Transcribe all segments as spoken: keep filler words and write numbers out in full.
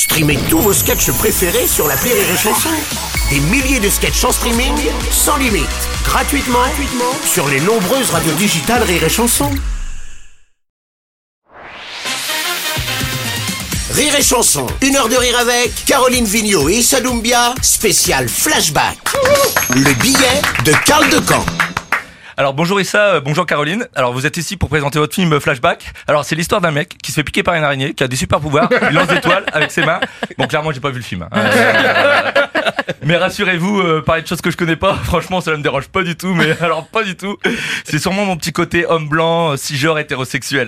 Streamez tous vos sketchs préférés sur l'appli Rire et Chanson. Des milliers de sketchs en streaming, sans limite, gratuitement, gratuitement sur les nombreuses radios digitales Rire et Chanson. Rire et Chanson, une heure de rire avec Caroline Vigneault et Issa Doumbia, spécial flashback. Le billet de Karl Decamp. Alors bonjour Issa, euh, bonjour Caroline. Alors vous êtes ici pour présenter votre film Flashback. Alors c'est l'histoire d'un mec qui se fait piquer par une araignée, qui a des super pouvoirs, il lance des toiles avec ses mains. Bon clairement j'ai pas vu le film. Hein. Euh, mais rassurez-vous, euh, parler de choses que je connais pas, franchement ça ne me dérange pas du tout. Mais alors pas du tout. C'est sûrement mon petit côté homme blanc, cisgenre, hétérosexuel.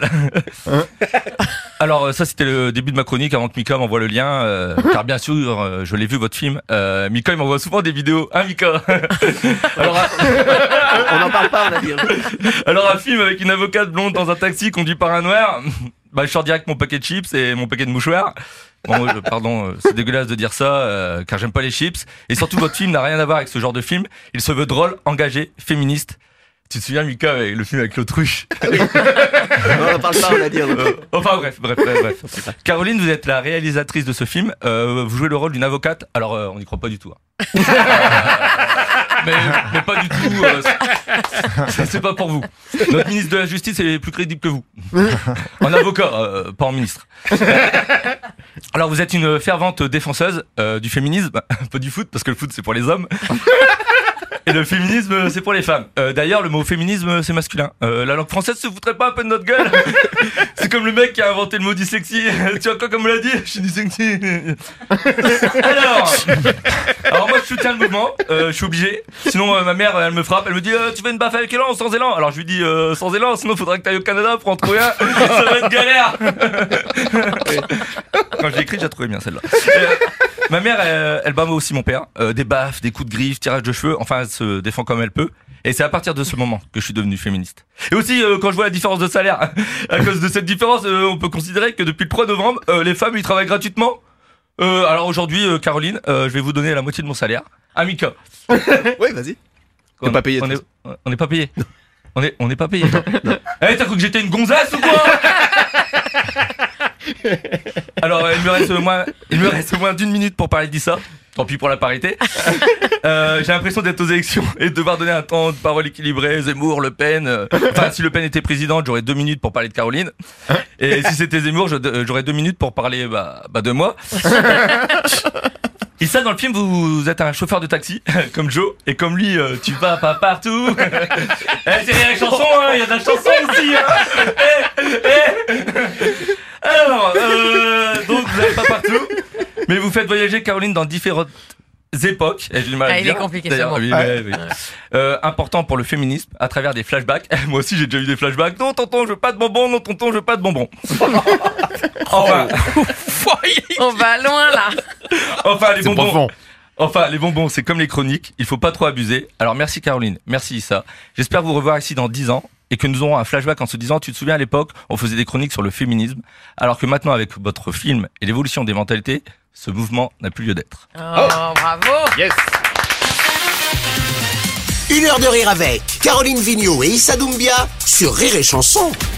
Alors ça c'était le début de ma chronique avant que Mika m'envoie le lien. Euh, car bien sûr euh, je l'ai vu votre film. Euh, Mika il m'envoie souvent des vidéos. Hein Mika? Alors on n'en parle pas. Alors un film avec une avocate blonde dans un taxi conduit par un noir, bah je sors direct mon paquet de chips et mon paquet de mouchoirs. Bon, euh, pardon, euh, c'est dégueulasse de dire ça, euh, car j'aime pas les chips. Et surtout votre film n'a rien à voir avec ce genre de film. Il se veut drôle, engagé, féministe. Tu te souviens Mika avec le film avec l'autruche? On n'en parle pas, on l'a dit. Euh, enfin bref, bref, bref, bref. Caroline, vous êtes la réalisatrice de ce film. Euh, vous jouez le rôle d'une avocate. Alors euh, on n'y croit pas du tout. Hein. Mais, mais pas du tout, euh, c'est, c'est pas pour vous. Notre ministre de la Justice est plus crédible que vous. En avocat, euh, pas en ministre. Alors vous êtes une fervente défenseuse euh, du féminisme, pas du foot, parce que le foot c'est pour les hommes. Et le féminisme, c'est pour les femmes. Euh, d'ailleurs, le mot féminisme, c'est masculin. Euh, la langue française se foutrait pas un peu de notre gueule? C'est comme le mec qui a inventé le mot dyslexie. Tu vois quoi, comme on l'a dit? Je suis dyslexie. Alors, alors moi, je soutiens le mouvement. Euh, je suis obligé. Sinon, euh, ma mère, elle me frappe. Elle me dit, euh, tu veux une baffe avec élan ou sans élan? Alors je lui dis, euh, sans élan. Sinon, faudrait que t'ailles au Canada pour en trouver un. Ça va être galère. Quand je l'ai écrit, j'ai trouvé bien celle-là. Euh, ma mère, elle, elle bat aussi mon père. Euh, des baffes, des coups de griffe, tirage de cheveux. Enfin, elle se défend comme elle peut. Et c'est à partir de ce moment que je suis devenu féministe. Et aussi, euh, quand je vois la différence de salaire, à cause de cette différence, euh, on peut considérer que depuis le trois novembre, euh, les femmes, ils travaillent gratuitement. Euh, alors aujourd'hui, euh, Caroline, euh, je vais vous donner la moitié de mon salaire. À Mika. Oui, vas-y. On n'est pas payé. On est, on est pas payé. On est, on n'est pas payé. Eh, t'as cru que j'étais une gonzesse ou quoi? Alors, il me reste moins, il me reste moins d'une minute pour parler d'Issa. Tant pis pour la parité. Euh, j'ai l'impression d'être aux élections et de devoir donner un temps de parole équilibré. Zemmour, Le Pen. Euh, enfin, si Le Pen était présidente, j'aurais deux minutes pour parler de Caroline. Et si c'était Zemmour, j'aurais deux minutes pour parler bah, bah de moi. Et ça, dans le film, vous, vous êtes un chauffeur de taxi, comme Joe, et comme lui, euh, tu vas pas partout. Eh, c'est Rire et Chanson, hein, il y a de la chanson aussi. Hein. Eh, eh. Alors, euh, donc vous n'allez pas partout, mais vous faites voyager Caroline dans différentes époques. Et j'ai du mal à ah, le il dire. est compliqué, D'ailleurs, c'est bon. oui, oui, oui. Euh, important pour le féminisme, à travers des flashbacks. Moi aussi, j'ai déjà eu des flashbacks. Non, tonton, je veux pas de bonbons. Non, tonton, je veux pas de bonbons. Enfin, on va loin là. Enfin, les c'est bonbons. profond. Enfin, les bonbons, c'est comme les chroniques. Il faut pas trop abuser. Alors, merci Caroline. Merci Issa. J'espère vous revoir ici dans dix ans. Et que nous aurons un flashback en se disant, tu te souviens à l'époque, on faisait des chroniques sur le féminisme, alors que maintenant avec votre film et l'évolution des mentalités, ce mouvement n'a plus lieu d'être. Oh, oh. Bravo. Yes. Une heure de rire avec Caroline Vigneault et Issa Doumbia sur Rire et Chanson.